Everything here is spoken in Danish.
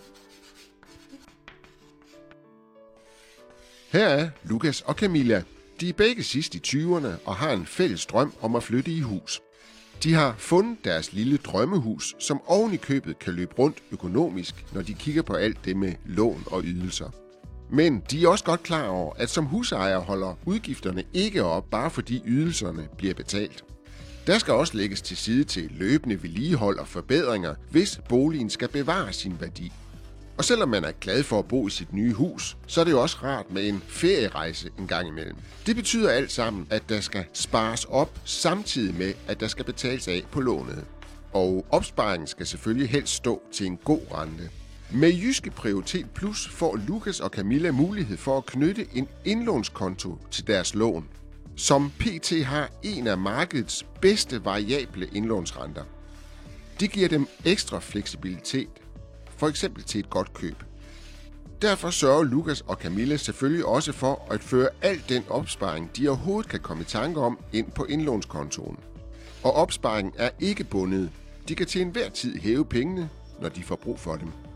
Her er Lukas og Camilla. De er begge sidst i 20'erne og har en fælles drøm om at flytte i hus. De har fundet deres lille drømmehus, som oven i købet kan løbe rundt økonomisk, når de kigger på alt det med lån og ydelser. Men de er også godt klar over, at som husejer holder udgifterne ikke op, bare fordi ydelserne bliver betalt. Der skal også lægges til side til løbende vedligehold og forbedringer, hvis boligen skal bevare sin værdi. Og selvom man er glad for at bo i sit nye hus, så er det jo også rart med en ferierejse en gang imellem. Det betyder alt sammen, at der skal spares op samtidig med, at der skal betales af på lånet. Og opsparingen skal selvfølgelig helst stå til en god rente. Med Jyske Prioritet Plus får Lukas og Camilla mulighed for at knytte en indlånskonto til deres lån, som pt. Har en af markedets bedste variable indlånsrenter. Det giver dem ekstra fleksibilitet, for eksempel til et godt køb. Derfor sørger Lukas og Camilla selvfølgelig også for at føre al den opsparing, de overhovedet kan komme i tanke om, ind på indlånskontoen. Og opsparingen er ikke bundet. De kan til enhver tid hæve pengene, når de får brug for dem.